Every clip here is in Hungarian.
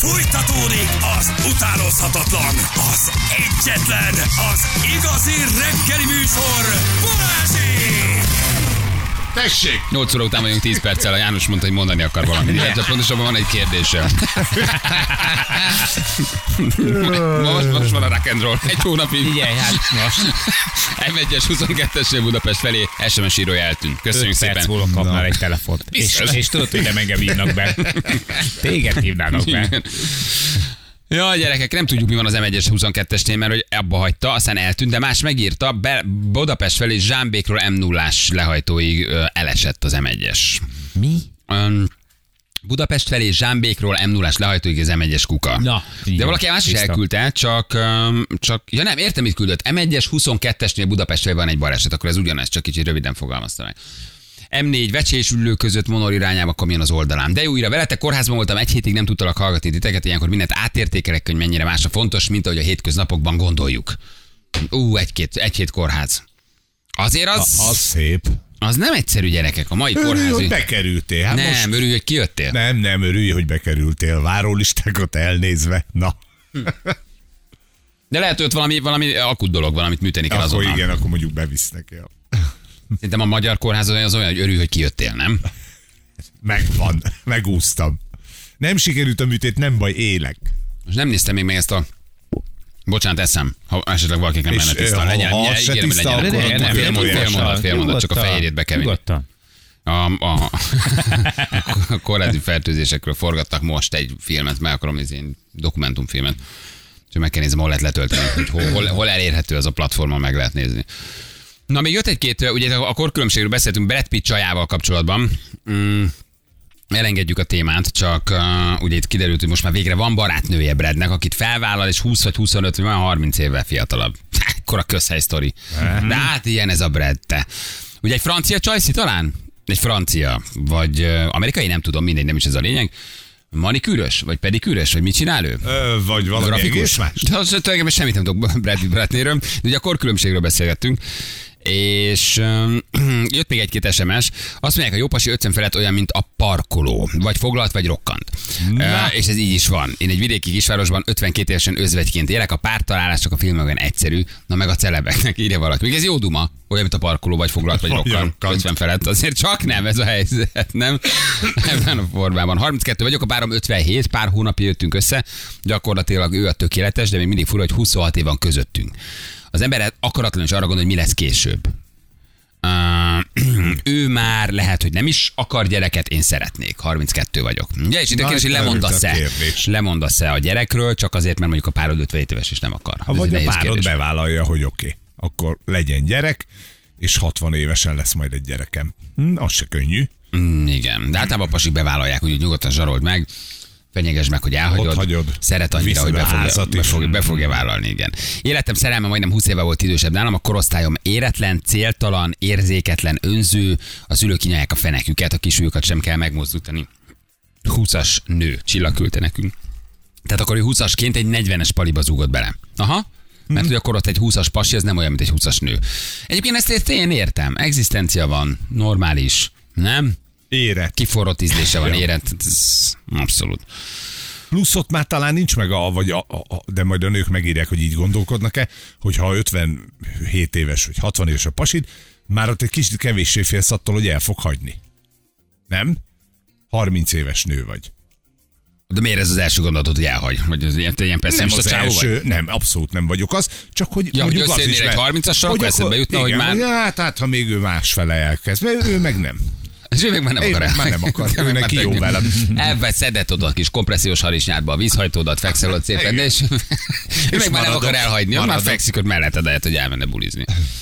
Fújtatódik az utánozhatatlan, az egyetlen, az igazi reggeli műsor, Balázsék! Tessék! 8 óra után vagyunk 10 perccel, a János mondta, hogy mondani akar valamit. De pontosabban van egy kérdése. Most van a rock and roll. Egy hónapig. Figyelj, hát most. M1-es 22-esnél Budapest felé SMS írója eltűnt. Köszönjük 5 szépen. perc múlva kapnál egy telefont. És tudod, hogy nem engem hívnak be. Téged hívnának be. Ja, gyerekek, nem tudjuk, mi van az M1-es 22-esnél, mert hogy abba hagyta, aztán eltűnt, de más megírta, Budapest felé Zsámbékról M0-ás lehajtóig elesett az M1-es. Mi? Budapest felé Zsámbékról M0-ás lehajtóig az M1-es kuka. Na, de valaki más is elküldte, csak ja nem, értem, mit küldött. M1-es 22-esnél Budapest felé van egy baleset, akkor ez ugyanez, csak kicsit röviden fogalmazta meg. M4 Vecsés ülő között Monor irányába kamion az oldalán. De jó, újra veletek, kórházban voltam, egy hétig nem tudtalak hallgatni titeket, ilyenkor mindent átértékelek, hogy mennyire más a fontos, mint ahogy a hétköznapokban gondoljuk. Egy hét kórház. Azért Az szép. az nem egyszerű, gyerekek, a mai kórház. Örülj, hogy bekerültél. Hát nem, most... örülj, hogy kijöttél. Nem, örülj, hogy bekerültél. Várólistákat elnézve. Na. De lehet, hogy ott valami akut dolog, valamit műteni kell azonnal. Akkor igen, akkor mondjuk bevisznek el. Szerintem a magyar kórház az olyan, hogy örülj, hogy kijöttél, nem? Megvan, megúsztam. Nem sikerült a műtét, nem baj, élek. Most nem néztem még meg ezt a... Bocsánat, eszem, ha esetleg valakik nem lenne tiszta. Legyen, ígérem, hogy legyen. Fél mondat, csak a fehérjét be kell vinni. A kórházi fertőzésekről forgattak most egy filmet, meg akarom nézni, egy dokumentumfilmet. Csak meg kell nézni, hol lehet letölteni, hogy hol elérhető az a platformon, meg lehet nézni. Na, még jött egy-két, ugye a korkülönbségről beszéltünk Brad Pitt csajával kapcsolatban. Elengedjük a témát, csak ugye itt kiderült, hogy most már végre van barátnője Bradnek, akit felvállal, és 20 vagy 25, vagy olyan 30 évvel fiatalabb. Ekkora közhely sztori. De hát ilyen ez a Brad, te. Ugye egy francia csajszi talán? Egy francia, vagy amerikai, nem tudom, mindegy, nem is ez a lényeg. Manikűrös, vagy pedikűrös, vagy mit csinál ő? Vagy valami egész más. De az tulajdonképpen semmit nem tudok Bradnéről, de ugye a korkülönbségről beszélgettünk. És jött még egy-két SMS. Azt mondják, a jópasi 50 felett olyan, mint a parkoló. Vagy foglalt, vagy rokkant. És ez így is van. Én egy vidéki kisvárosban 52 évesen özvegyként élek, a pártalálás csak a filmekben egyszerű, na meg a celebeknek, írja valaki. Még ez jó duma, olyan, mint a parkoló, vagy foglalt, vagy rokkant. 50 felett. Azért csak nem ez a helyzet, nem? Ebben a formában. 32 vagyok, a párom 57, pár hónapja jöttünk össze, gyakorlatilag ő a tökéletes, de még mindig fura, hogy 26 év van közöttünk. Az ember akaratlanul is arra gondol, hogy mi lesz később. Ő már lehet, hogy nem is akar gyereket, én szeretnék. 32 vagyok. Ja, és itt a kérdés, hogy lemondasz-e a gyerekről, csak azért, mert mondjuk a párod 57 éves és nem akar. Ha vagy a párod bevállalja, hogy oké, akkor legyen gyerek, és 60 évesen lesz majd egy gyerekem. Az se könnyű. Igen, de általában a pasik bevállalják, úgy nyugodtan zsarold meg. Fenyegesd meg, hogy elhagyod. Szeret annyira, hogy be fogja vállalni, igen. Életem szerelme majdnem 20 éve volt idősebb nálam, a korosztályom éretlen, céltalan, érzéketlen, önző, a szülők kínálják a feneküket, a kisújukat sem kell megmozdítani. 20-as nő, Csillag küldte nekünk. Tehát akkor ő 20-asként egy 40-es paliba zúgott bele. Aha. Mert ugye akkor ott egy 20-as pasi, ez nem olyan, mint egy 20-as nő. Egyébként ezt én értem. Egzisztencia van, normális, nem? Éret. Kiforrott ízlése van, éret. Abszolút. Plusz ott már talán nincs meg, de majd a nők megírják, hogy így gondolkodnak-e, hogyha 57 éves vagy 60 éves a pasid, már ott egy kicsit kevéssé félsz attól, hogy el fog hagyni. Nem? 30 éves nő vagy. De miért ez az első gondolatod, hogy elhagy? Vagy az ilyen pessimista csávó vagy? Nem, abszolút nem vagyok az. Csak hogy ja, hogy összejönnél egy 30-assal, akkor eszedbe jutna, hogy már... Ja, tehát ha még ő másfele elkezd, mert ő meg nem. És ő még már nem akar el. Már nem akar, ő neki jó velem. Elvesz, szedett oda a kis kompressziós harisnyádba, a vízhajtódat, fekszel ott szépen, de és ő meg már nem akar elhagyni, már fekszik, hogy melletted lehet, hogy elmenne bulizni.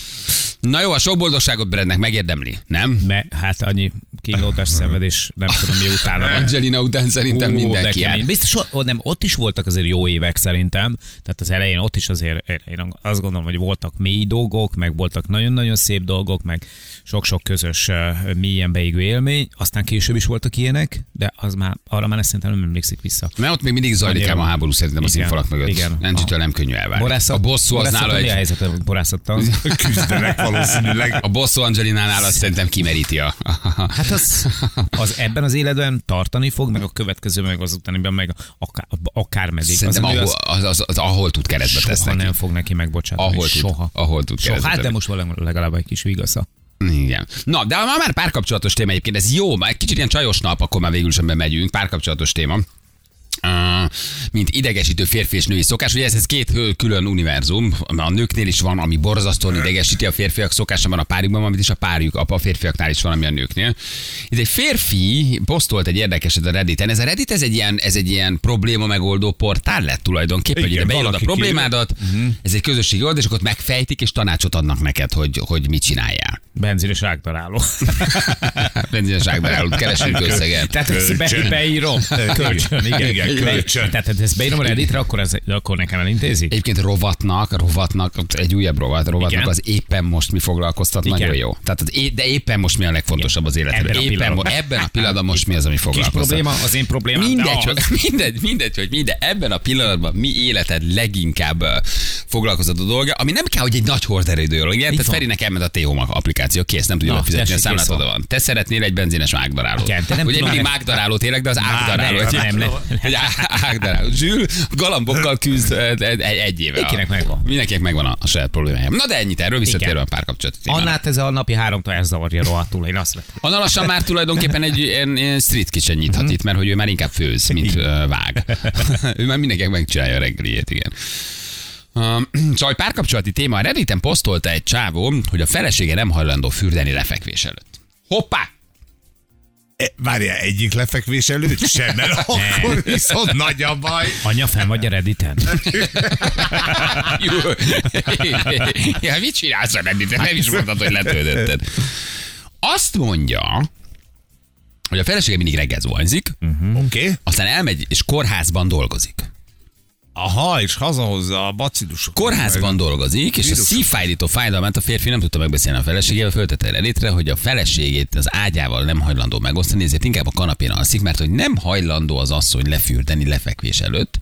Na jó, a sok boldogságot Bradnek megérdemli, nem? Hát annyi kínlódás szenvedés, nem tudom mi utána. Angelina után szerintem mindenki el. Biztos, nem, ott is voltak azért jó évek szerintem, tehát az elején ott is azért, én azt gondolom, hogy voltak mély dolgok, meg voltak nagyon-nagyon szép dolgok, meg sok-sok közös mélyen beégő élmény, aztán később is voltak ilyenek, de az már, arra már szerintem nem emlékszik vissza. Mert ott még mindig zajlik a háború szerintem a színfalak mögött. Nancsitől nem könnyű elvárni. A bosszú az nála egy... Mi a helyzet a borászattal? Küzdenek valószínűleg. A bosszú Angelinánál azt szerintem kimeríti a... Hát az ebben az életben tartani fog, meg a következő, meg az utániban, meg akár meddig. Szerintem ahol tud keresztbe tesz soha neki. nem fog neki megbocsátani. Ahol tud keresztbe Hát de tenni. most legalább egy kis vigasza. Igen. Na, de már párkapcsolatos téma egyébként, ez jó, már egy kicsit ilyen csajos nap, akkor már végül sem bemegyünk, párkapcsolatos téma. Mint idegesítő férfi és női szokás. Ugye ez két külön univerzum, a nőknél is van, ami borzasztóan idegesíti, a férfiak szokása van a párjukban, amit is a párjuk, a férfiaknál is van, ami a nőknél. Itt egy férfi posztolt egy érdekeset a Redditen. Ez a Reddit ez egy ilyen probléma megoldó portál lett tulajdonképpen, hogy ide beírod a problémádat, ez egy közösségi oldal, és akkor ott megfejtik, és tanácsot adnak neked, hogy mit csináljál. Benzines rákdaráló. Benzines rákdarálót keresünk összeget. Tehát ezt beírom. Kölcsön, igen. Kölcsön. Tehát ezt beírom a Redditre, akkor nekem elintézik? Egyébként rovatnak, egy újabb rovatnak Igen. az éppen most mi foglalkoztat, Igen. nagyon jó. Tehát de éppen most mi a legfontosabb az életedben. Ebben a pillanatban most mi az, ami Kis foglalkoztat. probléma, az én problémám. Mindegy, hogy ebben a pillanatban mi életed leginkább foglalkoztató dolga, ami nem kell, hogy egy nagy horderődő dolog. Igen, tehát van. Ferinek elment a T-Home applikáció, kész, nem tudja Na, befizetni, a tessék, számlát kész oda van. Te szeretnél egy benzines ágdarálót. Igen, te nem Ugye tudom, mindig nem. mágdaráló tényleg, de az ágdaráló. nem. Egy ágdaráló. Zsül galambokkal küzd egy éve. Mindenkinek megvan. Mindenkinek megvan a saját problémája. Na de ennyit erről, visszatérve a párkapcsolat. Annát ez a napi 3-tól elzavarja rohadtul, én azt lettem. Anna lassan már tulajdonképpen egy ilyen street kitchen nyithat itt, mert hogy ő már inkább főz, mint vág. Ő már mindenkinek megcsinálja a reggeliét, igen. Szóval párkapcsolati téma. A Redditen posztolta egy csávó, hogy a felesége nem hajlandó fürdeni lefekvés előtt. Hoppá! Várjál, egyik lefekvés előtt sem, mert akkor viszont nagy a baj. Anya, fenn vagy a Redditen? Ja, mit csinálsz a Redditen? Nem is mondtad, hogy letöltötted. Azt mondja, hogy a felesége mindig reggel zuhanyzik, Oké. aztán elmegy és kórházban dolgozik. Aha, és hazahozza a bacillusokat. Kórházban dolgozik, és a szívfájdító fájdalmát a férfi nem tudta megbeszélni a feleségével, föltette Redditre, hogy a feleségét az ágyával nem hajlandó megosztani, ezért inkább a kanapén alszik, mert hogy nem hajlandó az asszony lefürdeni lefekvés előtt,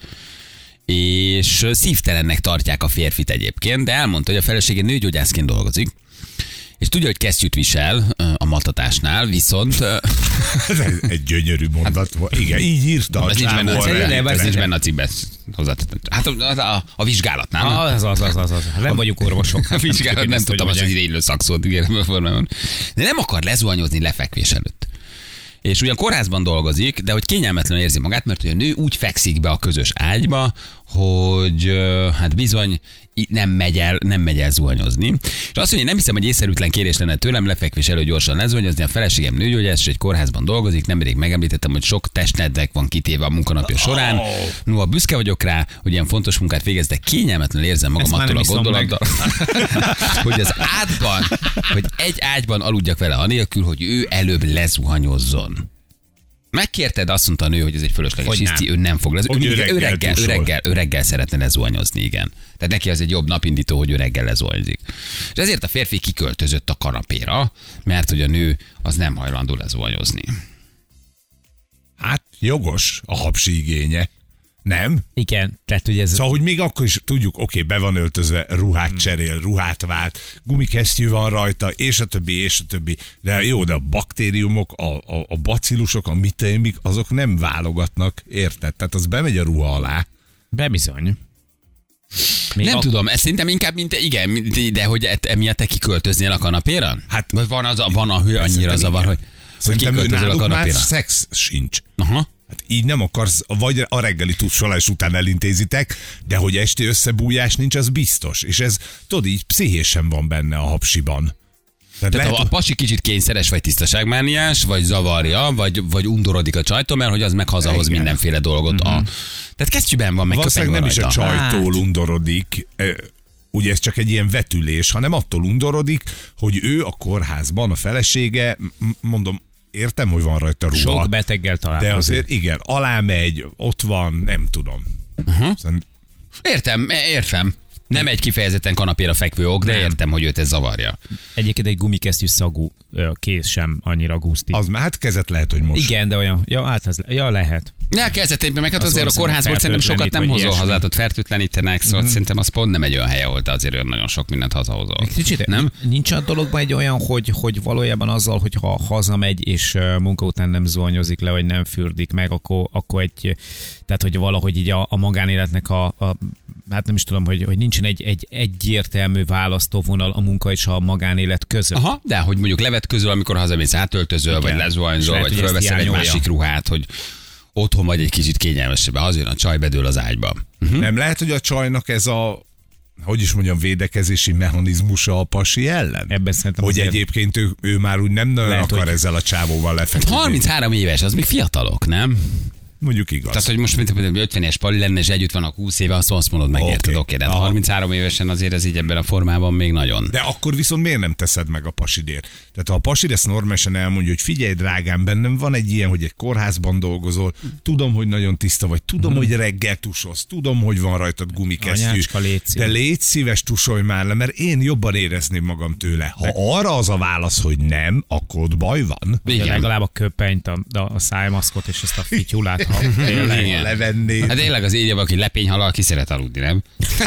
és szívtelennek tartják a férfit egyébként, de elmondta, hogy a felesége nőgyógyászként dolgozik, és tudja, hogy kesztyűt visel a matatásnál, viszont... Ez egy gyönyörű mondat volt. Igen, így írta a Ez nincs benne, csávó. ez nincs benne a cikkben. Hát a vizsgálatnál. Az. Nem vagyunk orvosok. A vizsgálat nem tudtam azt, hogy hogy ide illő szakszót ígérem a formában. De nem akar lezuhanyozni lefekvés előtt. És ugyan kórházban dolgozik, de hogy kényelmetlenül érzi magát, mert a nő úgy fekszik be a közös ágyba, hogy hát bizony nem megy el zuhanyozni. És azt mondja, hogy nem hiszem, hogy észszerűtlen kérés lenne tőlem lefekvés előtt gyorsan lezuhanyozni. A feleségem nőgyógyász, és egy kórházban dolgozik, nemrég megemlítettem, hogy sok testnedvek van kitéve a munkanapja során. Noha büszke vagyok rá, hogy ilyen fontos munkát végez, de kényelmetlenül érzem magam attól a gondolattal, hogy az ágyban, hogy egy ágyban aludjak vele anélkül, hogy ő előbb lezuhanyozzon. Megkérted, azt mondta a nő, hogy ez egy fölösleges hiszti, ő nem fog ő reggel szeretne lezuhanyozni, igen. Tehát neki az egy jobb napindító, hogy ő reggel lezuhanyozik. És ezért a férfi kiköltözött a kanapéra, mert hogy a nő az nem hajlandó lezuhanyozni. Hát jogos a hapsi igénye. Nem? Igen, tehát ugye ez... Szóval, hogy még akkor is tudjuk, oké, be van öltözve, ruhát cserél, ruhát vált, gumikesztyű van rajta, és a többi. De jó, de a baktériumok, a bacillusok, a miteimik, azok nem válogatnak, érted? Tehát az bemegy a ruha alá. Bebizony. Nem tudom, ez szerintem inkább, igen, de hogy emiatt te kiköltöznél a kanapéra? Hát- vagy van a hő annyira zavar, hogy Szerintem kiköltözöl a náluk már kanapéra? szex sincs. Aha. Hát így nem akarsz, vagy a reggeli tusolás után elintézitek, de hogy esti összebújás nincs, az biztos. És ez, tudod, így pszichésen van benne a hapsiban. Tehát lehet, a pasi kicsit kényszeres, vagy tisztaságmániás, vagy zavarja, vagy undorodik a csajtól, mert hogy az meg hazahoz Igen. mindenféle dolgot. Tehát kesztyűben van, meg köpeny valószínűleg van nem is a rajta. csajtól undorodik, ugye ez csak egy ilyen vetülés, hanem attól undorodik, hogy ő a kórházban, a felesége, mondom, értem, hogy van rajta ruha. Sok beteggel de találkozik. azért igen, alámegy, ott van, nem tudom. Értem. Nem egy kifejezetten kanapéra fekvő ok, de értem, hogy őt ez zavarja. Egyébként egy gumikesztyű szagú kéz sem annyira guszti. Az már hát kezet lehet, hogy most. Igen, de olyan, ja, hát ez, ja, lehet. Ne, kezdetében meg hát azért a kórházból szerintem sokat nem hozol haza, ott fertőtlenítenek, szóval szerintem az pont nem egy olyan hely, ahol te azért olyan nagyon sok mindent hazahozol. Kicsit, nem? Nincs a dologban egy olyan, hogy valójában azzal, hogy ha hazamegy és munka után nem zuhanyozik le, vagy nem fürdik meg, akkor tehát hogy valahogy így a magánéletnek hát nem is tudom, hogy nincsen egy egyértelmű választóvonal a munka és a magánélet között. Aha, de hogy mondjuk levetközöl, amikor hazamész, átöltözöl, vagy lezuhanyzol, vagy fölveszel egy másik ruhát, hogy otthon vagy egy kicsit kényelmesebb, azért a csaj bedől az ágyba. Nem lehet, hogy a csajnak ez hogy is mondjam, védekezési mechanizmusa a pasi ellen? Ebben szerintem hogy azért... egyébként ő már úgy nem nagyon lehet, akar hogy... ezzel a csávóval lefeküdni. 33 éves, az még fiatalok, nem? Mondjuk igaz. Tehát, hogy most mint 50-es pali lenne, és együtt vannak 20 éve, azt mondod, megérted, oké, de 33 évesen azért ez így ebben a formában még nagyon. De akkor viszont miért nem teszed meg a pasidért? Tehát ha a pasid ezt normálisan elmondja, hogy figyelj drágám, bennem van egy ilyen, hogy egy kórházban dolgozol, tudom, hogy nagyon tiszta vagy, tudom, hogy reggel tusolsz, tudom, hogy van rajtad gumikesztyű, Anyácska, de légy szíves, tusolj már le, mert én jobban érezném magam tőle. Ha arra az a válasz, hogy nem, akkor ott baj van. Igen. Legalább a köpenyt, a szájmaszkot és ezt a fityulát, Igen. Levennéd. Hát tényleg az írja, aki lepényhalal, ki szeret aludni, nem?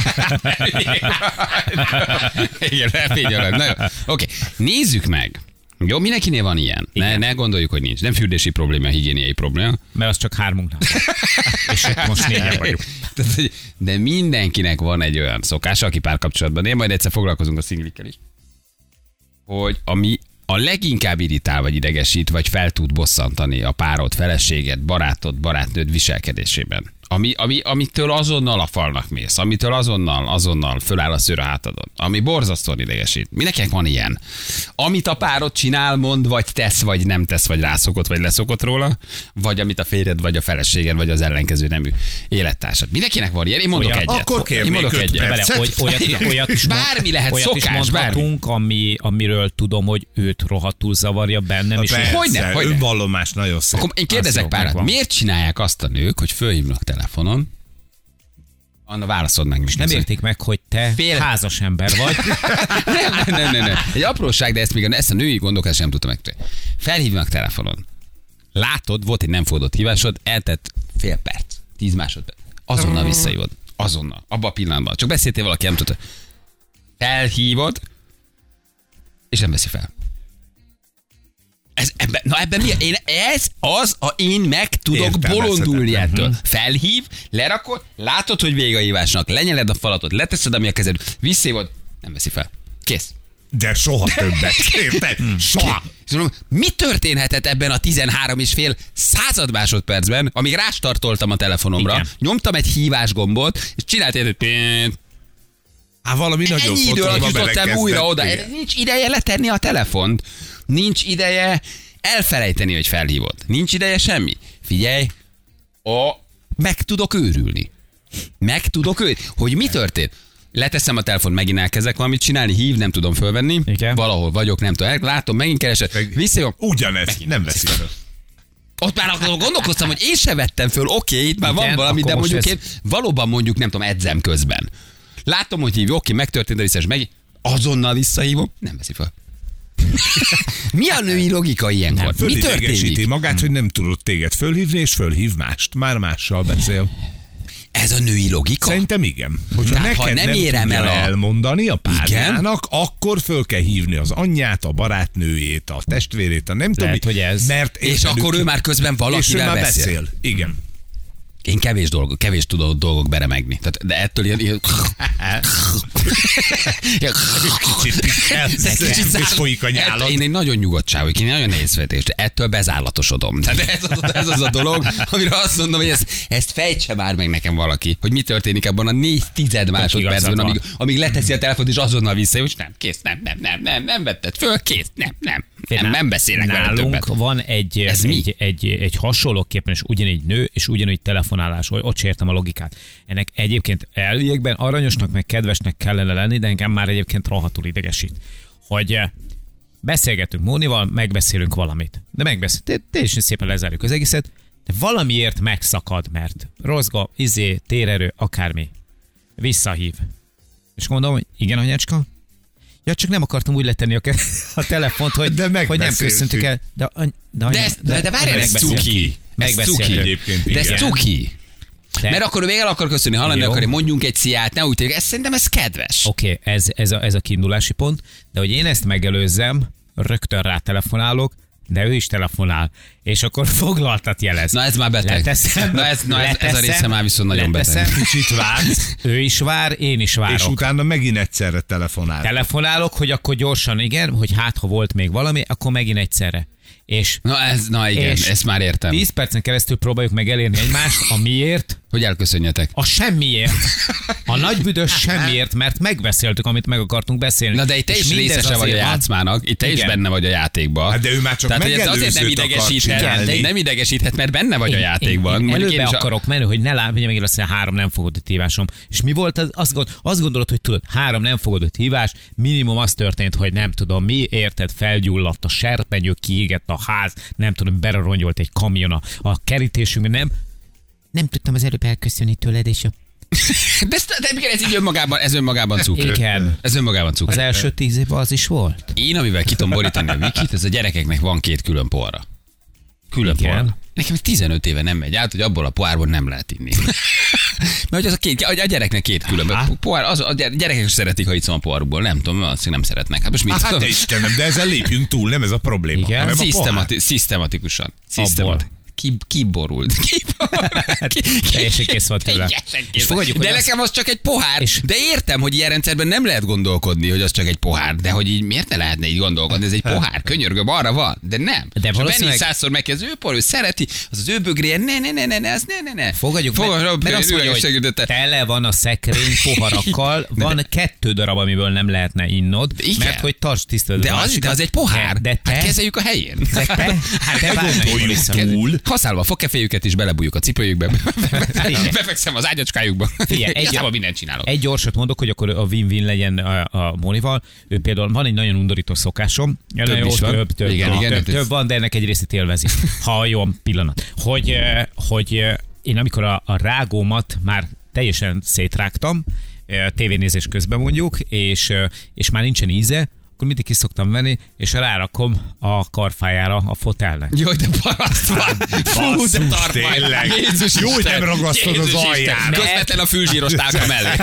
Igen, lepényhalal. Na jó. Oké, nézzük meg. Jó, mindenkinél van ilyen. Ne gondoljuk, hogy nincs. Nem fürdési probléma, higiéniai probléma. Mert az csak 3 nap. És itt most 4-en vagyunk. De mindenkinek van egy olyan szokása, aki párkapcsolatban él, majd egyszer foglalkozunk a szinglikkel is, hogy ami a leginkább irritál, vagy idegesít, vagy fel tud bosszantani a párod, feleséged, barátod, barátnőd viselkedésében. Amitől azonnal a falnak mész, amitől azonnal föláll a szőr a hátadon, ami borzasztóan idegesít. Mindenkinek van ilyen. Amit a párod csinál, mond, vagy tesz, vagy nem tesz, vagy rászokott, vagy leszokott róla, vagy amit a férjed, vagy a feleséged, vagy az ellenkező nemű élettársad. Mindenkinek van ilyen. Én mondok egyet. Akkor kérnék 5 percet. Olyat is bármi lehet, olyat szokás, is mondhatunk, amiről tudom, hogy őt rohadtul zavarja bennem. És Hogyne? Önvallomás nagyon szép. Akkor én kérdezek párat, miért csinálják azt a nők, hogy fölhívnak telefonon? Anna, válaszod meg. És nem értik meg, hogy te házas ember vagy. Nem. Egy apróság, de ezt a női gondolkodást nem tudtam meg. Felhívnak telefonon. Látod, volt egy nem fogadott hívásod, eltett fél perc, 10 másodperc. Azonnal visszahívod. Azonnal. Abban a pillanatban. Csak beszéltél valaki, nem tudta. Felhívod, és nem veszi fel. Ebben mi? Én meg tudok bolondulni ettől. Felhív, lerakod, látod, hogy vége a hívásnak, lenyeled a falatot, leteszed, ami a kezed, visszahívod, nem veszi fel. Kész. De soha többet. Soha. Mi történhetett ebben a 13,5 század másodpercben, amíg rástartoltam a telefonomra, igen. Nyomtam egy hívás gombot, és csináltam egy valami nagyon ennyi idő alatt jutottam újra oda. Nincs ideje letenni a telefont. Nincs ideje elfelejteni, hogy felhívod. Nincs ideje semmi. Figyelj, meg tudok őrülni. Hogy mi történt? Leteszem a telefon, megint elkezdek valamit csinálni, hív, nem tudom fölvenni. Igen. Valahol vagyok, nem tudom, látom, megint keresek. Visszajön. Ugyanez, nem veszik fel. Ott már gondolkoztam, hogy én se vettem föl, oké, itt már igen, van valami, de mondjuk én valóban mondjuk, nem tudom, edzem közben. Látom, hogy hívja, oké, megtörtént a visszás, meg azonnal visszahívom, nem veszi fel. Mi a női logika ilyenkor? Mi történik? Magát, hogy nem tudod téged fölhívni, és fölhív mást. Már mással beszél. Ez a női logika? Szerintem igen. Hogyha neked ha nem érem el elmondani a párjának, akkor föl kell hívni az anyját, a barátnőjét, a testvérét, a nem tudom. Lehet, hogy ez. Mert és akkor ő már közben valakivel beszél. Igen. Én kevés tudok dolgok beremegni. De ettől ilyen... Kicsit folyik a nyálad. Én egy nagyon nyugodt sáv, én nagyon nehéz fejtés, de ettől bezállatosodom. Tehát ez az a dolog, amire azt mondom, hogy ezt fejtse már meg nekem valaki, hogy mi történik abban a 4/10 másodpercben, amíg leteszi a telefont, és azonnal visszajön, és nem, kész, nem vetted föl, kész, nem beszélek vele többet. Nálunk van egy hasonlóképpen, és ugyanígy nő, és ugyanígy telefonálás, ott sem értem a logikát. Ennek egyébként elviekben aranyosnak, meg kedvesnek kellene lenni, de engem már egyébként rohadtul idegesít. Hogy beszélgetünk Mónival, megbeszélünk valamit. De teljesen szépen lezárjuk az egészet, de valamiért megszakad, mert rozga, térerő, akármi. Visszahív. És mondom, hogy igen, anyácska? Ja, csak nem akartam úgy letenni a telefont, hogy nem köszöntük el. De várjál, ez cuki. Megbeszéltük. Egyébként De ez igen. cuki. De- Mert akkor még el akar köszönni, hallani Jó. akar, mondjunk egy sziát, ne úgy tegyük, szerintem ez kedves. Oké, ez a kiindulási pont, de hogy én ezt megelőzzem, rögtön rá telefonálok, de ő is telefonál, és akkor foglaltat jelez. Na ez már beteg. Leteszem, Na ez a része már viszont nagyon beteg. Kicsit vársz, Ő is vár, én is várok. és utána megint egyszerre telefonál. Telefonálok, hogy akkor gyorsan, igen, hogy hát ha volt még valami, akkor megint egyszerre. És Na igen, és ezt már értem. 10 percen keresztül próbáljuk meg elérni egymást, a miért? Hogy elköszönjetek. A semmiért. A nagy büdös semmiért, mert megbeszéltük, amit meg akartunk beszélni. Na de itt te És is mindez részese vagy a azért van- játszmának, itt te is Igen. benne vagy a játékban. Hát de ő már csak Tehát, hogy ez azért nem megelőzőt akar idegesíthet, csinálni. nem idegesíthet, mert benne vagy a játékban. Én Mondjuk előbe én is akarok menni, hogy ne lát, hogy megint azt mondja, 3 nem fogadott hívásom. És mi volt az? Azt gondolod, hogy tudod, 3 nem fogadott hívás, minimum az történt, hogy nem tudom mi, érted, felgyulladt a serpenyő, kiégett a ház, nem tudom, berarongyolt egy kamion a kerítésünkben, nem tudtam az előbb elköszönni tőled, és De igen, ez így önmagában cuki. Igen. Ez önmagában cuki. az első 10 évben az is volt. Én, amivel ki tudom borítani a Vikit, ez a gyerekeknek van 2 külön porra. Külön Igen. porra. Nekem 15 éve nem megy át, hogy abból a pohárból nem lehet inni. Mert hogy az a gyereknek 2 külön. Pohár, a gyerekek is szeretik, ha itt van a pohárukból. Nem tudom, azt nem szeretnek. Hát most mit Hát tudom? de Istenem, de ezzel lépjünk túl, nem ez a probléma. Igen. hanem a pohár. Szisztematikusan. Abból. Kiborult. Teljesen kész volt tőle. Teljesen És kész. fogadjuk, De hogy nekem az csak egy pohár. És- De értem, hogy ilyen rendszerben nem lehet gondolkodni, hogy az csak egy pohár. De hogy így miért ne lehetne így gondolkodni? Ez egy pohár, könyörgöm, arra van. De nem. De És ha valószínűleg- Benni 100-szor megkezd, ő por, ő szereti, az ő bögréje, ne. Fogadjuk meg, mert azt mondja, hogy tele van a szekrény poharakkal, van 2 darab, amiből nem lehetne innod, Igen. mert hogy tarts tiszteletben. De az egy pohár. De te, Hát kezeljük a helyén. de te bármelyikből gondoljuk iszol. túl. Használva a fogkeféjüket is belebújjuk a cipőjükbe. Befekszem az ágyacskájukba. Figyelj, Igazából mindent csinálok. Egy gyorsat mondok, hogy akkor a win-win legyen a Monival. Ő például van egy nagyon undorító szokásom. Több is van. Több, Igen, több van, de ennek egy részét élvezi. Ha jó, pillanat. Hogy én amikor a rágómat már teljesen szétrágtam, tévénézés közben mondjuk, és már nincsen íze, akkor mindig ki szoktam venni, és rárakom a karfájára a fotelnek. Jaj, de paraszt van. Fú, de Basszus, tartmány. tényleg. Jézus Jó, hogy Isten. nem ragasztod az Jézus Isten. alján. Közvetlen a fülzsíros tálka mellé.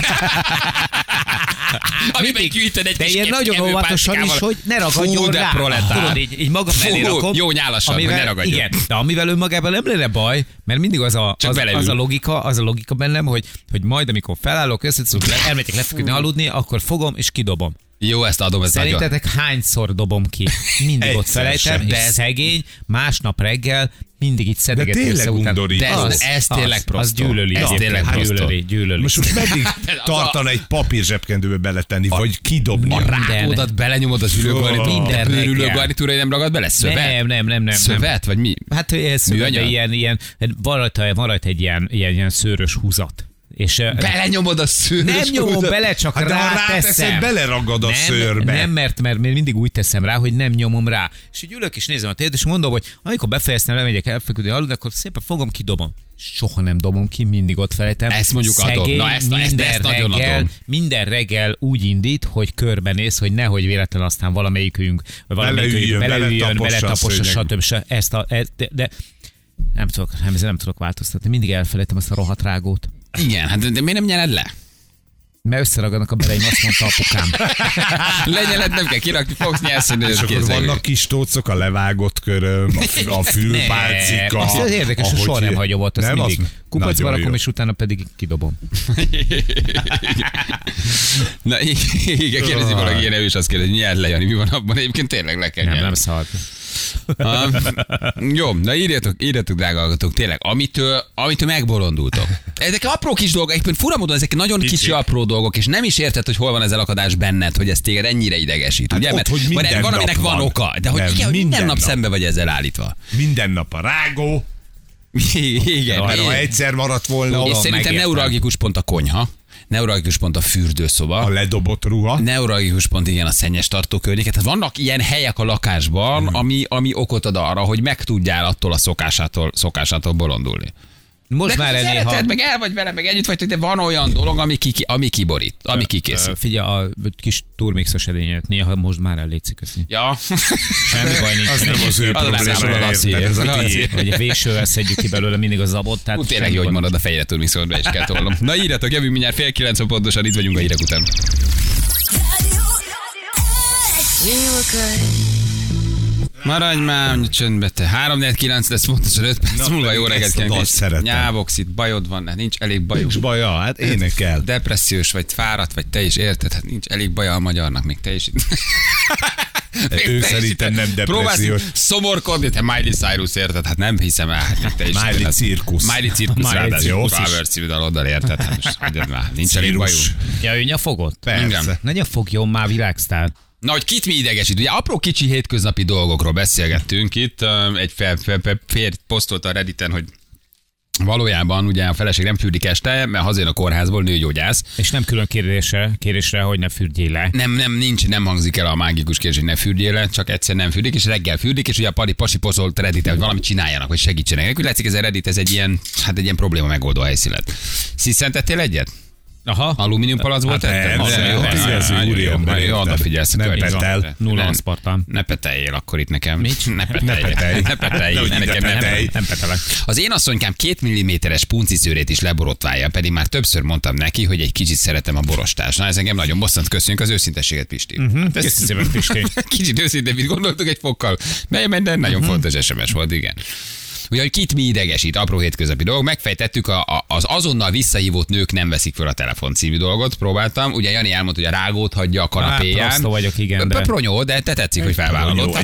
Amiben gyűjtöd egy De kis ilyen nagyon óvatosan is, kevőpálcikával. hogy ne ragadjon Fú, de rá. proletár. Tudod, így magam mellé Fú, rakom. jó nyálasan, hogy ne ragadjon. Igen, de amivel önmagában nem lenne baj, mert mindig az a logika bennem, hogy majd amikor felállok, elmegyek lefeküdni, aludni, akkor fogom és kidobom. Jó, ezt adom, ez nagyon. Szerintetek hányszor dobom ki? Mindig ott Egyszer felejtem, sem. és De ez- szegény, másnap reggel mindig így De szedegeti tényleg össze után. undorító. De ez tényleg Az prostó. gyűlöli. Ez egyébként, tényleg prostó. gyűlöli. Most meddig Az tartana egy papír zsebkendőbe beletenni, vagy kidobni? A Minden. rákódat belenyomod az ülőgarnitúra, Minden reggel. ülőgarnitúra, hogy nem ragad bele? Szövet? Nem. Szövet? Vagy mi? Hát ez Műanyag? ilyen, van rajta egy ilyen szőrös húzat. És Belenyomod a szőrös nem nyomom kódot? bele, csak Hát de ha ráteszem. ráteszed, beleragad a szőrbe. Nem, mert mindig úgy teszem rá, hogy nem nyomom rá. És így ülök és nézem a tévét, és mondom, hogy amikor befejeztem, lemegyek elfeküdni aludni, akkor szépen fogom, kidobom. Soha nem dobom ki, mindig ott felejtem. Ezt mondjuk adom. Szegény, Na, ezt nagyon adom. minden reggel úgy indít, hogy körbenéz, hogy nehogy véletlen aztán valamelyikünk, vagy valamelyikünk Beleüljön, beletapossa, beletapossa a stb. De nem tudok változtatni. Mindig elfelejtem azt a rohadt rágót. Igen, hát de miért nem nyered le? Mert összeragadnak a beleim, azt mondta apukám. Lenyeled, nem kell kirakni, fogsz nyersz, És akkor vannak kis tócok, a levágott köröm, a fülpálcika. Azt az érdekes, hogy soha nem hagyom ott, azt Nem, mindig az kupacba nagyon rakom, jó. és utána pedig kidobom. Na igen, kérdezi valaki ilyen erős, azt kérdezi, hogy nyerd le, Jani, mi van abban? Egyébként tényleg le kell Nem, nyerni. nem szabad. Jó, na írjatok, drága hallgatók, tényleg, amitől megbolondultok. Ezek apró kis dolgok, egyébként fura módon ezek nagyon kicsi apró dolgok, és nem is érted, hogy hol van ez elakadás benned, hogy ez téged ennyire idegesít, ugye? ott, Mert hogy minden van, aminek nap van van. oka, de hogy Nem, igen, hogy minden minden nap nap. szembe vagy ezzel állítva. Minden nap a rágó, Igen, mert ha egyszer maradt volna, és a szerintem megértem. neuralgikus pont a konyha, neuralgikus pont a fürdőszoba, ledobott ruha. neuralgikus pont igen a szennyes tartó környéket. Tehát vannak ilyen helyek a lakásban, ami okot ad arra, hogy meg tudjál attól a szokásától bolondulni. Most de már szereted, néha... meg el vagy vele, meg együtt vagytok, de van olyan dolog, ami kiborít, ami kikészül. Figyelj, a kis turmixos edényet néha most már ellétszik köszni. Ja. Semmi baj nincs. Az nem az ő problémája, érted, ez a tiéd. Vagy a vésővel szedjük ki belőle mindig a zabot. Úgy tényleg jó, hogy marad a fejére turmixon, be is kell tolnom. Na írjatok, jövünk mindjárt 8:30 pontosan, itt vagyunk a hírek után. Maradj már, csöndbe te. 3:49 lesz pontosan 5 perc múlva, jó reggelt kívánok. Nyávogsz itt, bajod van, nincs elég bajod. Nincs baja, hát énekel. Depressziós vagy, fáradt vagy, te is érted, hát nincs elég baja a magyarnak, még te is. Ő szerintem nem depressziós. Próbálsz szomorkodni, te Miley Cyrus, érted? Hát nem hiszem el, hát te is. Miley Cirkusz. Miley Cirkusz, ráadásul Flowers című daloddal, érted? Hát most hagyjad már, nincs elég bajunk. Ja, ő nyafogott? Persze. Ne nyafogjon már, világsztár. Na, hogy kit mi idegesít? Ugye apró kicsi hétköznapi dolgokról beszélgettünk itt. Egy férj posztolta a Redditen, hogy valójában ugye a feleség nem fürdik este, mert hazajön a kórházból, nőgyógyász. És nem külön kérésre, hogy ne fürdjél le. Nem hangzik el a mágikus kérdés, hogy ne fürdjél le, csak egyszer nem fürdik, és reggel fürdik, és ugye a pasi posztolt a Redditen, hogy valamit csináljanak, hogy segítsenek. Úgy látszik, ez a Reddit, ez egy ilyen probléma megoldó helyszínen. Sziszentettél egyet? Aha. Alumínium palac volt? Jó, oda figyelsz. Nem petel. Nulla aszpartám. Ne peteljél akkor itt nekem. Mit? Ne petelj. Nem petelek. Az én asszonykám 2 mm-es punciszőrét is leborotválja, pedig már többször mondtam neki, hogy egy kicsit szeretem a borostást. Na, ez engem nagyon bosszant, köszönjük az őszintességet, Pisti. Köszönöm szépen, Pisti. Kicsit őszintén, mit gondoltuk egy fokkal. De nagyon fontos SMS volt, igen. Ugye, hogy kit mi idegesít, apró hétköznapi dolog. Megfejtettük, az azonnal visszahívott nők nem veszik föl a telefon című dolgot. Próbáltam. Ugye Jani elmondta, hogy a rágót hagyja a kanapéján. Hát, vagyok, igen. Pronyó, de te tetszik, hogy felvállalod.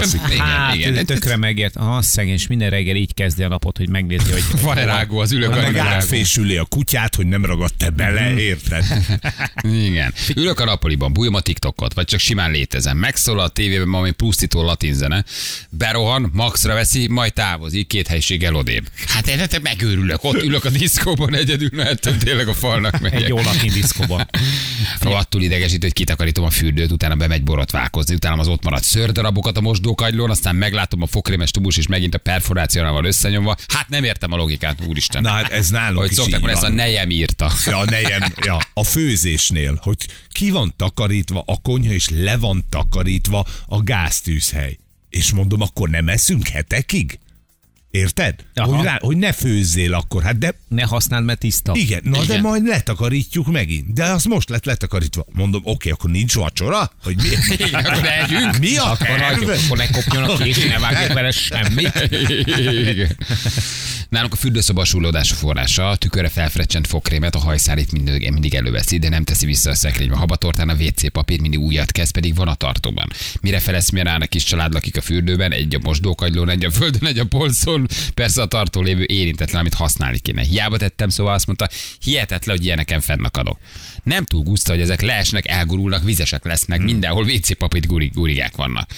Igen. Tökre megért. Szegény, minden reggel így kezdi a napot, hogy megnézi, hogy van-e rágó az ülök. Meg átfésüli a kutyát, hogy nem ragadt te bele, érted? Igen. Ülök a nappaliban, bújom a TikTokot, vagy csak simán létezem. Megszólal a tévében valami pusztító latin zene. Berohan, maxra veszi, majd távozik. 2 helységgel odébb. Hát én megőrülök, ott ülök a diszkóban egyedül, mert tényleg a falnak megyek. Egy jó latin diszkóban. Rohadtul idegesít, hogy kitakarítom a fürdőt, utána bemegy borotválkozni, utána az ott maradt szőrdarabokat a mosdókagylón, aztán meglátom a fokrémes tubus és megint a perforációnál összenyomva. Hát nem értem a logikát, úristen. Na hát ez nálunk hogy is szokták, így ezt a nejem írta. Ja, a nejem, ja, a főzésnél, hogy ki van takarítva a konyha, és le van takarítva a gáztűzhely. És mondom, akkor nem eszünk hetekig? Érted? Hogy ne főzzél akkor, hát de... Ne használd, mert tiszta. Igen, na igen. De majd letakarítjuk megint. De az most lett letakarítva. Mondom, oké, akkor nincs vacsora? Hogy mi? Igen, akkor ne együnk. Mi a akkor ne kopjon a kés, ne vágjuk vele semmit. Igen. Nálunk a fürdőszoba a súlódás forrása, a tükörre felfrecsent fokrémet, a hajszálét mindig előveszi, de nem teszi vissza a szekrénybe. A habatortán a WC papír mindig újat kezd, pedig van a tartóban. Mire felesz, mire áll a kis család lakik a fürdőben, egy a mosdókagylón, egy a földön, egy a polcon, persze a tartó lévő érintetlen, amit használni kéne. Hiába tettem, szóval azt mondta, hihetetlen, hogy ilyeneken fennakadok. Nem túl guszta, hogy ezek leesnek, elgurulnak, vizesek lesznek, mindenhol WC papír gurigák vannak.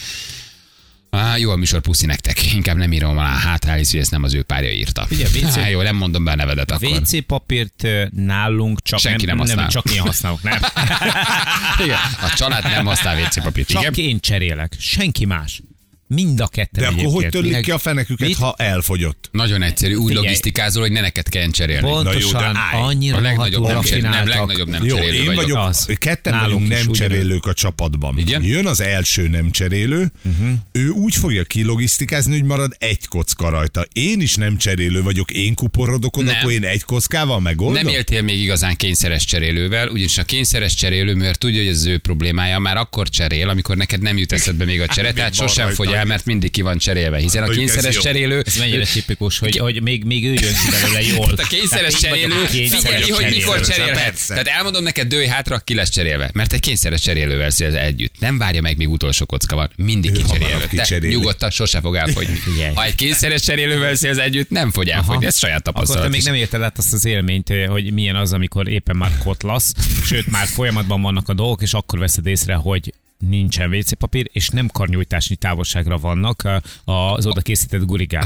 Jó a műsor, puszi nektek. Inkább nem írom alá, hátrálsz, hogy ezt nem az ő párja írta. Jó, nem mondom be a nevedet akkor. WC papírt nálunk csak senki nem használ. Nem, csak én használok, nem. Igen, a család nem használ WC papírt. Csak igen? én cserélek, senki más. Mind a ketten. De akkor hogy törlik ki a feneküket, ha elfogyott? Nagyon egyszerű, úgy logisztikázol, hogy ne neked kelljen cserélni. Pontosan, annyira a legnagyobb nem cserélő én vagyok, ketten vagyunk nem cserélők a csapatban. Igen? Jön az első nem cserélő, ő úgy fogja kilogisztikázni, hogy marad egy kocka rajta. Én is nem cserélő vagyok, én kuporodok oda, akkor én egy kockával megoldom? Nem éltél még igazán kényszeres cserélővel, ugyanis a kényszeres cserélő, mert tudja, hogy ez az ő problémája, már akkor cserél, amikor neked nem jut eszedbe még a csere, tehát sosem fogy el, mert mindig ki van cserélve, hiszen a kényszeres cserélő... Ez mennyire tipikus, hogy még ő jön ki belőle jól. A kényszeres cserélő figyeli, hogy mikor cserélhet. Tehát elmondom neked, dőj hátra, ki lesz cserélve. Mert egy kényszeres cserélővel szélsz együtt. Nem várja meg, míg utolsó kocka van. Mindig kicserélve. Te nyugodtan, sose fog elfogyni. Ha egy kényszeres cserélővel szélsz együtt, nem fog elfogyni. Ez saját tapasztalat. Akkor te még nem érted át azt az élményt, hogy milyen az, amikor éppen már kotlasz, sőt már folyamatban vannak a dolgok, és akkor veszed észre, hogy nincsen WC papír, és nem karnyújtásnyi távolságra vannak az oda készített gurigák.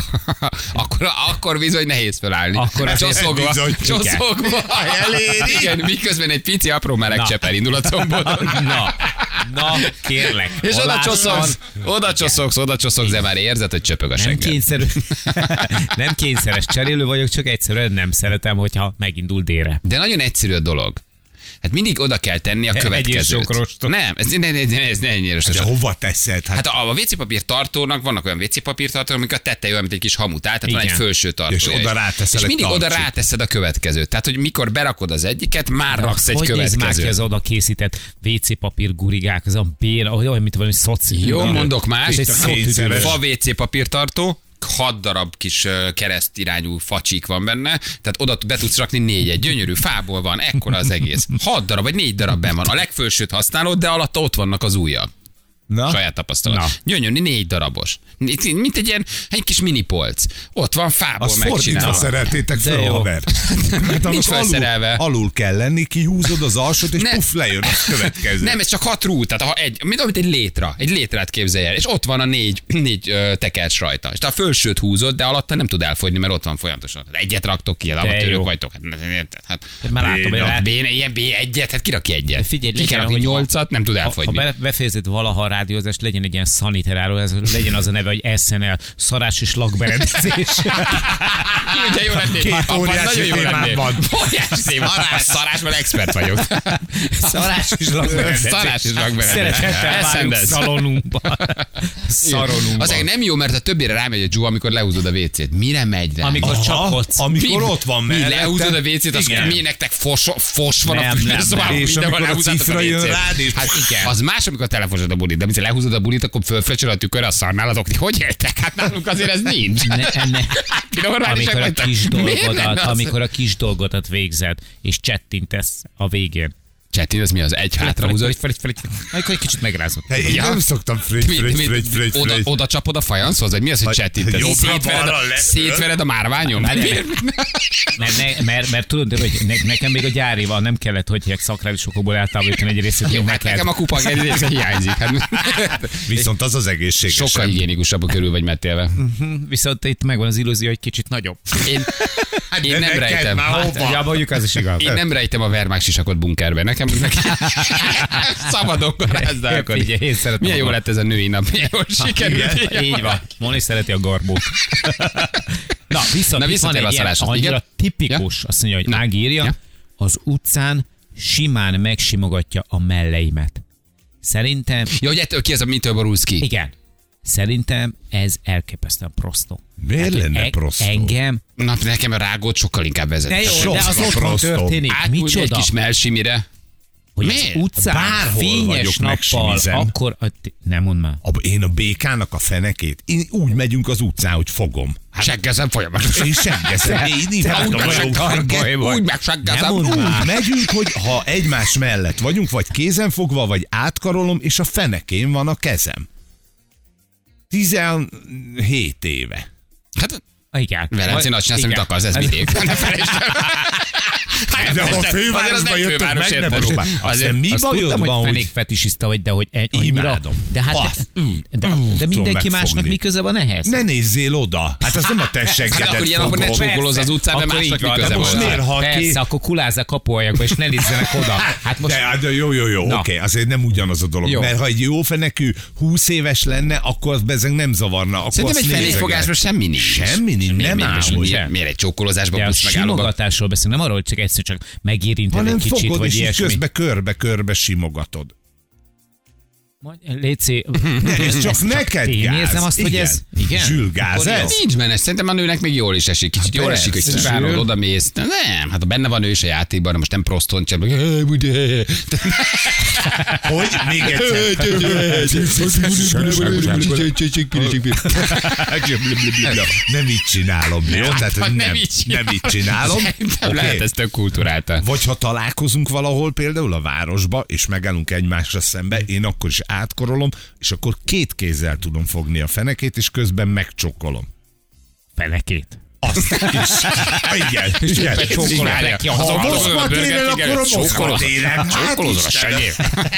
akkor bizony nehéz felállni. Akkor csoszogva. Igen, miközben egy pici apró meleg csepp elindul a combodon. Na, Na, kérlek. És Halásban oda csoszogsz, de már érzed, hogy csöpög a nem segged. nem kényszeres cserélő vagyok, csak egyszerűen nem szeretem, hogyha megindul délre. De nagyon egyszerű a dolog. Hát mindig oda kell tenni a Egyél következőt. sok rostot. Nem, ez ne ennyire De rostos. hova teszed? Hát a WC papír tartónak vannak olyan WC papír tartók, amik a teteje olyan, mint egy kis hamutál, tehát van egy Igen. fölső tartó. És oda ráteszel És egy mindig oda tartsot. ráteszed a következőt. Tehát, hogy mikor berakod az egyiket, már raksz egy Hogy néz már ki következőt. az oda készített WC papír gurigák, az a béna, olyan, mint valami szoci. Jó, mondok más. Itt a kényszeres. Fa WC papír tartó, 6 darab kis kereszt irányú facsik van benne, tehát oda be tudsz rakni 4-et. Gyönyörű, fából van, ekkora az egész. 6 darab vagy 4 darab benn van. A legfelsőt használod, de alatta ott vannak az ujjak. Na? Saját tapasztalat. Na. Gyönyörű, 4 darabos. Mint egy ilyen, egy kis minipolc. Ott van fából Azt fordítva megcsinálva. szeretétek De fel, jó. haver. Hát Nincs felszerelve. alul kell lenni, kihúzod az alsót, és Ne. puff, lejön a következő. Nem, ez csak 6 rút, tehát ha mint egy létra. Egy létrát képzelj el, és ott van a 4 tekercs rajta. És te a fölsőt húzod, de alatta nem tud elfogyni, mert ott van folyamatosan. Egyet raktok ki, amatőrök jó. vagytok. Hát, Már látom, hogy lát. ilyen B1-et, hát ki rak ki egyet? Figyelj, Ki kell legyen, rakni hogy 8-at, nem tud Ha elfogyni. befejezed valaha a rádiózást, legyen egy ilyen szaniteráló, ez legyen az a neve, hogy SNL, szarás és lakberendezés. Ugye jó lennél? Két Abban óriási nagyon jó témám lennél. van. Óriási témám. A szarásban expert vagyok. Szarás és lakberendezés. Szarás és lakberendezés. Szeretettel várjuk Eszendez. szalonunkban. Szaronunkban. Azért nem jó, mert a többére rámegy a dzsú, amikor lehúzod a WC-t. Mire megy rá? Amikor csapkodsz. Amikor ott van Mi mellette. lehúzod a WC-t, az Igen. mi nektek fos van a Nem, fürdőszobában, és mindenhol amikor a lehúzátok cifra jön WC-t. rád, és Hát igen. Az más, amikor telefosod a bulit, de amikor lehúzod a bulit, akkor fölfecsöl a tükörre a szarnálatok. Hogy éltek? Hát nálunk azért ez nincs. Ti normálisak vagytok. Amikor a kis dolgodat végzed, és csettintesz a végén. Csetin, ez mi az? Egy hátra húzod? Amikor egy kicsit megrázod. Hey, én Ja. nem szoktam frögy. Oda csapod a fajanszhoz, vagy mi az, hogy csettintesz? jobbra-balra Szétvered a márványon? Mert tudod, hogy nekem még a gyári van, nem kellett, hogy egy szakrális okokból eltávolítani egy részét, Jó, mint hát neked. nekem a kupak egy része hiányzik. Hát, Viszont az az egészségesebb. sokkal higiénikusabb körül vagy metélve. Viszont itt megvan az illúzió, hogy kicsit nagyobb. Én De nem neked rejtem. már hova? Ja, mondjuk az is igaz. Én nem rejtem a Wehrmacht sisakot bunkerbe. Nekem szabadon garázdálkodni. Figyelj, én szeretem Milyen a jó lett ez a női nap. Milyen jól sikerült. Így van. Moni szereti a garbót. Na, viszont Na, itt van visszatérve egy a ilyen szaráshoz. annyira Igen? tipikus, azt mondja, hogy Na. Ági írja, Ja. az utcán simán megsimogatja a melleimet. Szerintem, Ja, hogy ettől ki ez a mitől borulsz ki? igen, szerintem ez elképesztően prostó. Miért lenne Eg- prostó? Engem, Na, nekem a rágót sokkal inkább vezet. de jó, Sokkal de az otthon prostó. történik. Átmúlj egy Micsoda? kis melsimire. Hogy Miért? az utcán Bárhol fényes vagyok, nappal, megsimizem. akkor... Nem mondd már. Én a békának a fenekét, én úgy megyünk az utcán, hogy fogom. Seggezem folyamatosan. Én seggeszem, én imádom a jó segget. Úgy megseggezem. Nem mondd már. Úgy megyünk, hogy ha egymás mellett vagyunk, vagy kézenfogva, vagy átkarolom, és a fenekén van a kezem. 17 éve. Hát, Igen. Velencén azt csinálsz, amit Igen. akarsz, ez vidék. Ne felejtsd el. De ha a Azért az fővárosba nem jöttök főváros, meg, ne érted? próbál. Aztán mi Azt bajod tudtam, van, hogy hogy fenékfetisista vagy, de hogy annyira... Imádom. De hát, Azt. de mindenki másnak megfogni. mi köze van ehhez? ne nézzél oda. Hát az nem a te Hát seggedet akkor ilyen, akkor ne fogom. csókolozz az utcán, mert Akkor másnak így van, mi köze de most van. miért, ha Persze, kész- akkor kulázzák kapuoljakba, és ne nézzenek oda. Hát most... De jó, Na. oké, azért nem ugyanaz a dolog. Jó. Mert ha egy jó fenekű 20 éves lenne, akkor az bezeg nem zavarna. Akkor Szerintem azt egy nézeget. fenékfogásról semmi nincs. Semmi nincs, nem áll. Miért egy csókolózásban De a busz megállóba? simogatásról beszélünk, nem arról, hogy csak egyszer csak megérinted Hanem egy kicsit, fogod, vagy és így ilyesmi. közben körbe-körbe simogatod. Léci, Ez csak neked én gáz. érzem azt, hogy ez... Igen? Zsülgáz Akkor ez? jó. Nincs benne, szerintem a nőnek még jól is esik. Kicsit jól esik, hogy persze. kiválod, oda mész. Nem, hát ha benne van ő is a játékban, de most nem proston, csak Hogy? Még egyszer. Nem így csinálom, jó? Tehát Hát, nem így csinálom. Szerintem lehet Oké. ez tök kultúrálta. Vagy ha találkozunk valahol, például a városba, és megállunk egymásra szembe, én akkor is átkorolom, és akkor két kézzel tudom fogni a fenekét, és közben megcsokolom. Fenekét. Azt is. Igen. Csókolod neki a Ha havat. Moszkva téren, akkor a Moszkva téren. Csókolózol a senyér.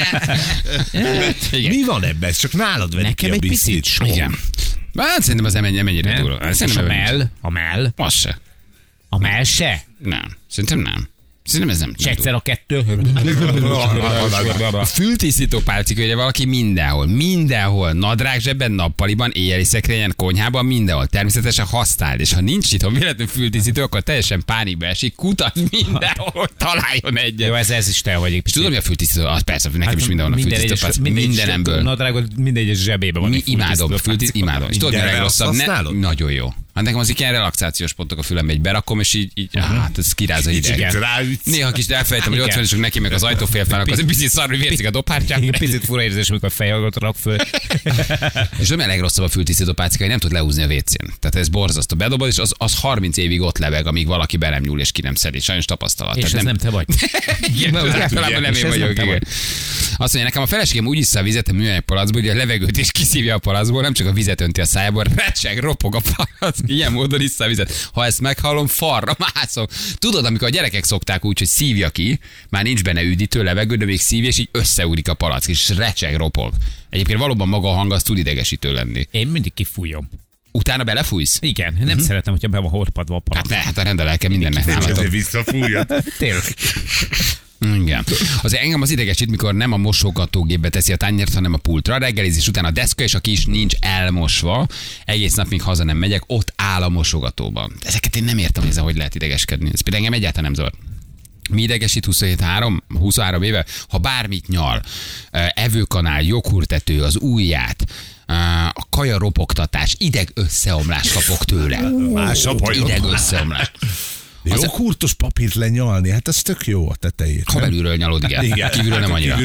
Mi van ebben? Ez csak nálad verik ki Nekem a egy biszit. picit sló. Igen. Hát szerintem az nem ennyire túl. És Szerintem a mell? Az se. A mell se? Nem. Szerintem nem. Szerintem ez nem. És egyszer a kettő. A fültisztító pálcika, ugye valaki mindenhol, nadrág zsebben, nappaliban, éjjeli szekrényen, konyhában, mindenhol. Természetesen használd, és ha nincs itt, ha véletlenül fültisztító, akkor teljesen pánikba esik, kutat mindenhol, hogy találjon egyet. Jó, ez is te vagy. És tudod, mi a fültisztító? Az persze, nekem is mindenhol a fültisztító pálcika. Mindenemből. Nadrágot minden egyes zsebében van. Imádom, imádom. És tudod, mi a legrosszabb? használod? Nagyon jó. Hát nekem az ilyen relaxációs pontok a fülembe, egy berakom, és így hát ez kiráz a hideg. Néha kis elfelejtem, hogy ott van, és neki meg az ajtófélfának, az egy picit szar, hogy vérzik a dobhártyám. Picit fura érzés, amikor a fejhallgatót rak föl. És nem a legrosszabb a fültisztító pálcika, hogy nem tud leúzni a WC-n. Tehát ez borzasztó. Bedobod, és az 30 évig ott lebeg, amíg valaki be nem nyúl és ki nem szedi. Sajnos tapasztalat. És ez nem te vagy. Igen, általában nem én vagyok. Azt mondja, nekem a feleségem úgy iszza a vizet a műanyag palacból, hogy a levegőt is kiszívja a palacból, nem csak a vizet önti a szájából, recseg, ropog a palac. Ilyen módon iszza a vizet. Ha ezt meghallom, farra mászom. Tudod, amikor a gyerekek szokták úgy, hogy szívja ki, már nincs benne üdítő levegő, de még szívja, és így összeugrik a palack, és recseg, ropog. Egyébként valóban maga a hang az tud idegesítő lenni. Én mindig kifújom. Utána belefújsz? Igen, nem szeretem, hogyha be van horpadva a palack. Hát a rendelelke mindennek nálatok. Visszafújja. Tényleg. Igen. Engem az idegesít, mikor nem a mosogatógépbe teszi a tányért, hanem a pultra. Reggelizés után a deszka és a kis nincs elmosva. Egész nap, míg haza nem megyek, ott áll a mosogatóban. Ezeket én nem értem, hogy ezzel hogy lehet idegeskedni. Ez például engem egyáltalán nem zavar. Mi idegesít 23 éve? Ha bármit nyal, evőkanál, joghurtető, az ujját, a kaja ropogtatás, ideg összeomlás kapok tőle. Más a bajod. Ideg összeomlás. Joghurtos papírt lenyalni, hát ez tök jó a tetejét. Ha belülről nyalod, igen. Kívülről nem annyira.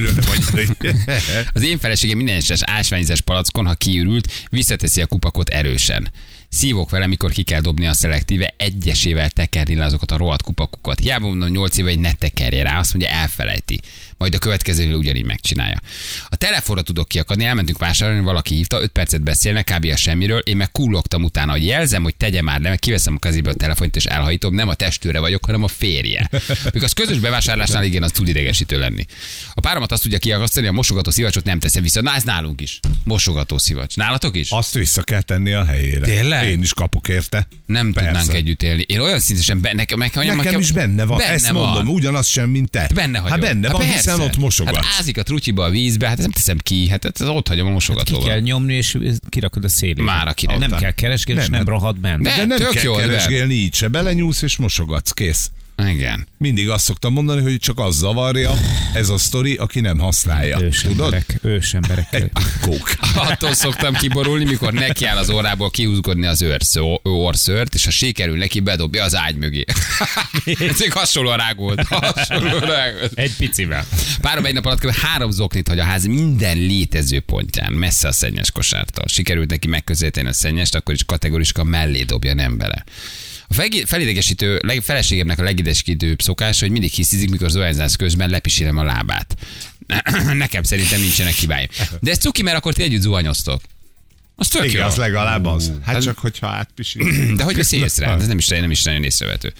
Az én feleségem minden eses ásványzás palackon, ha kiürült, visszateszi a kupakot erősen. Szívok vele, mikor ki kell dobni a szelektíve, egyesével tekerni le azokat a rohadt kupakokat. Hiába mondom 8 éve, hogy ne tekerje rá, azt mondja, elfelejti. Majd a következőnél ugyanígy megcsinálja. A telefonra tudok kiakadni, elmentünk vásárolni, valaki hívta, 5 percet beszélnek, kb. A semmiről, én meg kullogtam utána, hogy jelzem, hogy tegye már le, meg kiveszem a kezéből a telefont és elhajítom, nem a testőre vagyok, hanem a férje. Mikor az közös bevásárlásnál igen, az tud idegesítő lenni. A páromat azt tudja kiakasztani, a mosogató szivacsot nem teszem vissza. Na, ez nálunk is. Mosogató szivacs. Nálatok is? Azt vissza kell tenni a helyére. Tényleg? Én is kapok érte. Nem Persze. tudnánk együtt élni. Én olyan szintesen nekem is benne van. Ezt mondom, ugyanaz sem, mint te. Benne hagyom. Hát benne van, persze. hiszen ott mosogatsz. Hát ázik a trutyiba a vízbe, hát ezt nem teszem ki, hát ezt ott hagyom a Ki mosogatóval. kell nyomni, és kirakod a szélére. Már akinek. Nem kell keresgélni, és nem rohad benne. De nem tök kell jó, de- keresgélni így se. Belenyúlsz és mosogatsz, kész. Igen. Mindig azt szoktam mondani, hogy csak az zavarja ez a sztori, aki nem használja. Tudod? Ősemberek. Kók. Attól szoktam kiborulni, mikor nekiáll az órából kihúzgodni az orszört, és ha sikerül neki, bedobja az ágy mögé. Ez még hasonlóan rágólt. Egy picivel. Párom egy nap alatt kb. 3 zoknit hagy a ház minden létező pontján, messze a szennyes kosártól. Sikerült neki megközelíteni a szennyest, akkor is kategoriska mellé dobja, nem bele. A feleségemnek a legidegesítőbb szokás, hogy mindig hiszizik, mikor zuhanyzás közben lepisílem a lábát. Nekem szerintem nincsenek hibáim. De ez cuki, mert akkor ti együtt zuhanyoztok. Az tök Igen, jó. az legalább az. Hát csak, hogyha átpisít. De hogy veszi észre? Ez nem is nagyon észrevető.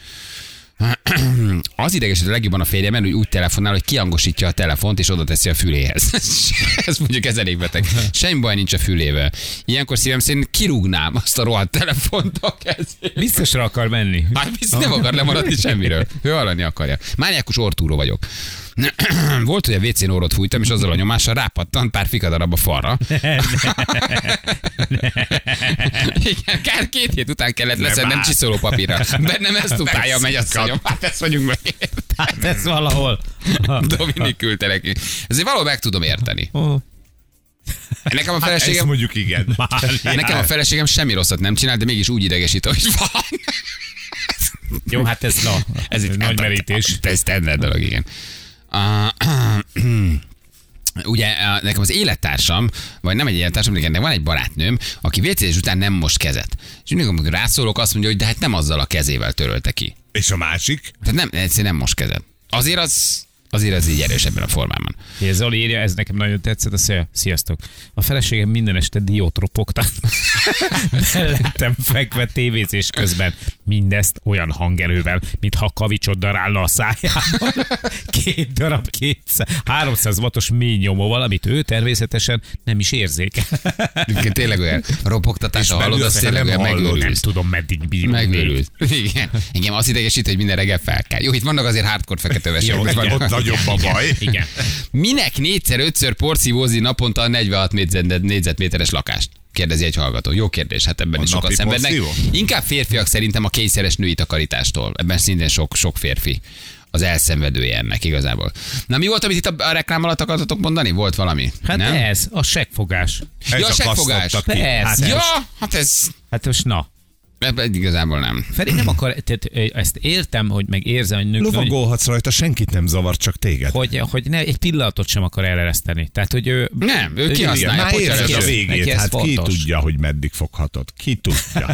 Az idegesít a legjobban a férjem, hogy úgy telefonál, hogy kiangosítja a telefont, és oda teszi a füléhez. Ez mondjuk ez elég beteg. Semmi baj nincs a fülével. Ilyenkor szívem szerint kirúgnám azt a rohadt telefont a kezét. Biztosra akar menni. Hát biztos nem akar lemaradni semmiről. Ő hallani akarja. Mániákus orrtúró vagyok. Volt, hogy a WC-n orrot fújtam, és azzal a nyomással rápattant pár fikadarab a falra. Igen, kár 2 hét után kellett leszednem csiszolópapírra. Bennem ezt utálja, megy a szanyom. Hát ezt vagyunk meg. Hát ez valahol. Dominik küldte neki. Ezért valahol meg tudom érteni. Nekem a Ezt feleségem... mondjuk igen. Nekem a feleségem semmi rosszat nem csinál, de mégis úgy idegesít, hogy van. Jó, hát ez egy nagy merítés. Ez standard dolog, igen. Ugye nekem az élettársam, vagy nem egy élettársam, de van egy barátnőm, aki WC-zés után nem most kezet. És mindig, amikor rászólok, azt mondja, hogy de hát nem azzal a kezével törölte ki. És a másik? Tehát egyszerűen nem most kezet. Azért az így erős ebben a formában. Zoli írja, ez nekem nagyon tetszett, azt mondja, sziasztok. A feleségem minden este diót ropogtat. Mellettem fekve tévézés közben. mindezt olyan hangerővel, mintha a kavicsoddal állna a szájában. 2 darab 300 wattos mély nyomóval, amit ő természetesen nem is érzékel. Tényleg olyan ropogtatásra És hallod, belül azt tényleg olyan nem hallod. Nem megőrülsz. tudom, meddig bírom. Megőrült. Igen. Engem azt idegesít, hogy minden reggel fel kell. Jó, itt vannak azért hardcore feketővesek. Jó, Itt igen. vannak. Ott nagyobb a baj. Igen. Minek 4-5-ször porszívózni naponta a 46 négyzetméteres lakást? Kérdezi egy hallgató. Jó kérdés, hát ebben A is sokat napi szenvednek. porszívó? Inkább férfiak szerintem a kényszeres női takarítástól. Ebben szintén sok férfi az elszenvedője ennek igazából. Na mi volt, amit itt a reklám alatt akartatok mondani? Volt valami? Hát nem? ez, a seggfogás. Ja, a seggfogás. kasztottak ki. Persze. Ja, hát ez Hát most na. ebben igazából nem. Feri nem akar, tehát ezt értem, hogy meg érzem, hogy nők, Lovagolhatsz rajta, senkit nem zavar, csak téged. hogy ne, egy pillanatot sem akar elereszteni. Tehát, hogy ő... Nem, ő Igen, kihasználja. már érzed potyarás. a Neki végét, ez hát ki fontos. tudja, hogy meddig foghatod. Ki tudja.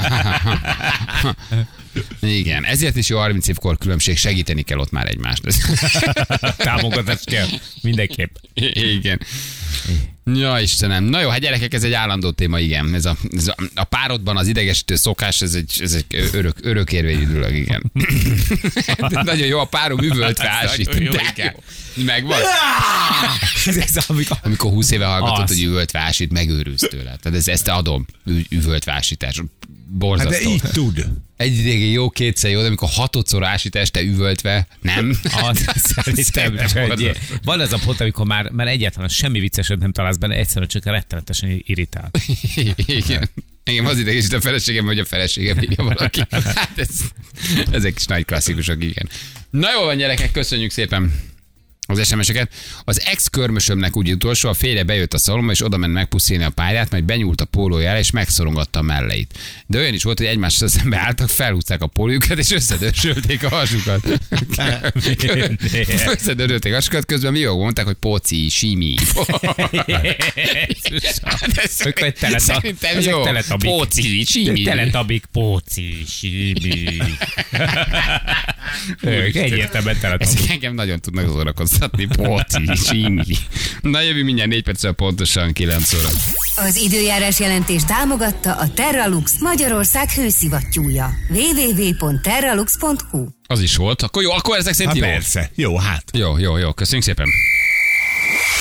Igen, ezért is jó 30 év korkülönbség, segíteni kell ott már egymást. Támogatást kell. Mindenképp. Igen. Ja, Istenem. Na jó, hát gyerekek, ez egy állandó téma, igen. Ez a párodban az idegesítő szokás, ez egy örökérvényű dolog, igen. Nagyon jó, a párom üvöltve ásít. Nagyon jó, De igen. jó. Megvan? Ez Amikor 20 éve hallgatod, Az. hogy üvöltve ásít, megőrülsz tőle. Tehát ezt te adom, üvöltve ásítás. Hát Borzasztó. de így tud. Egy régi jó, kétszer jó, de amikor 6-szor ásítás, te üvöltve, nem? Szerintem, Szerintem hogy van ez a pont, amikor már egyáltalán semmi vicceset nem találsz benne, egyszerűen csak rettenetesen irritál. Igen. Engem az idegesít a feleségem, hogy a feleségem írja valaki. Hát ezek is nagy klasszikusok, igen. Na jó van, gyerekek, köszönjük szépen az SMS-eket. Az ex-körmösömnek úgy utolsó, a férje bejött a szalomba, és oda ment megpuszilni a pályát, majd benyúlt a pólójára, és megszorongatta a melleit. De olyan is volt, hogy egymással szembe álltak, felhúzták a pólójukat, és összedörzsölték a hasukat. Összedörzsölték a hasukat, közben mi jól mondták, hogy poci, simi. Szerintem jó. Poci, simi. Teletabik, póci, simi. Ők egyértelműen teletabik. Ezek engem nagyon tudnak szórakoztatni. Poci, simi. Na jövő mindjárt 4 perccel pontosan 9 óra. Az időjárás jelentés támogatta a Terralux Magyarország hőszivattyúja. www.terralux.hu. Az is volt. Akkor jó, akkor ezek szerint Hát jó. persze. Jó, hát. Jó, köszönjük szépen.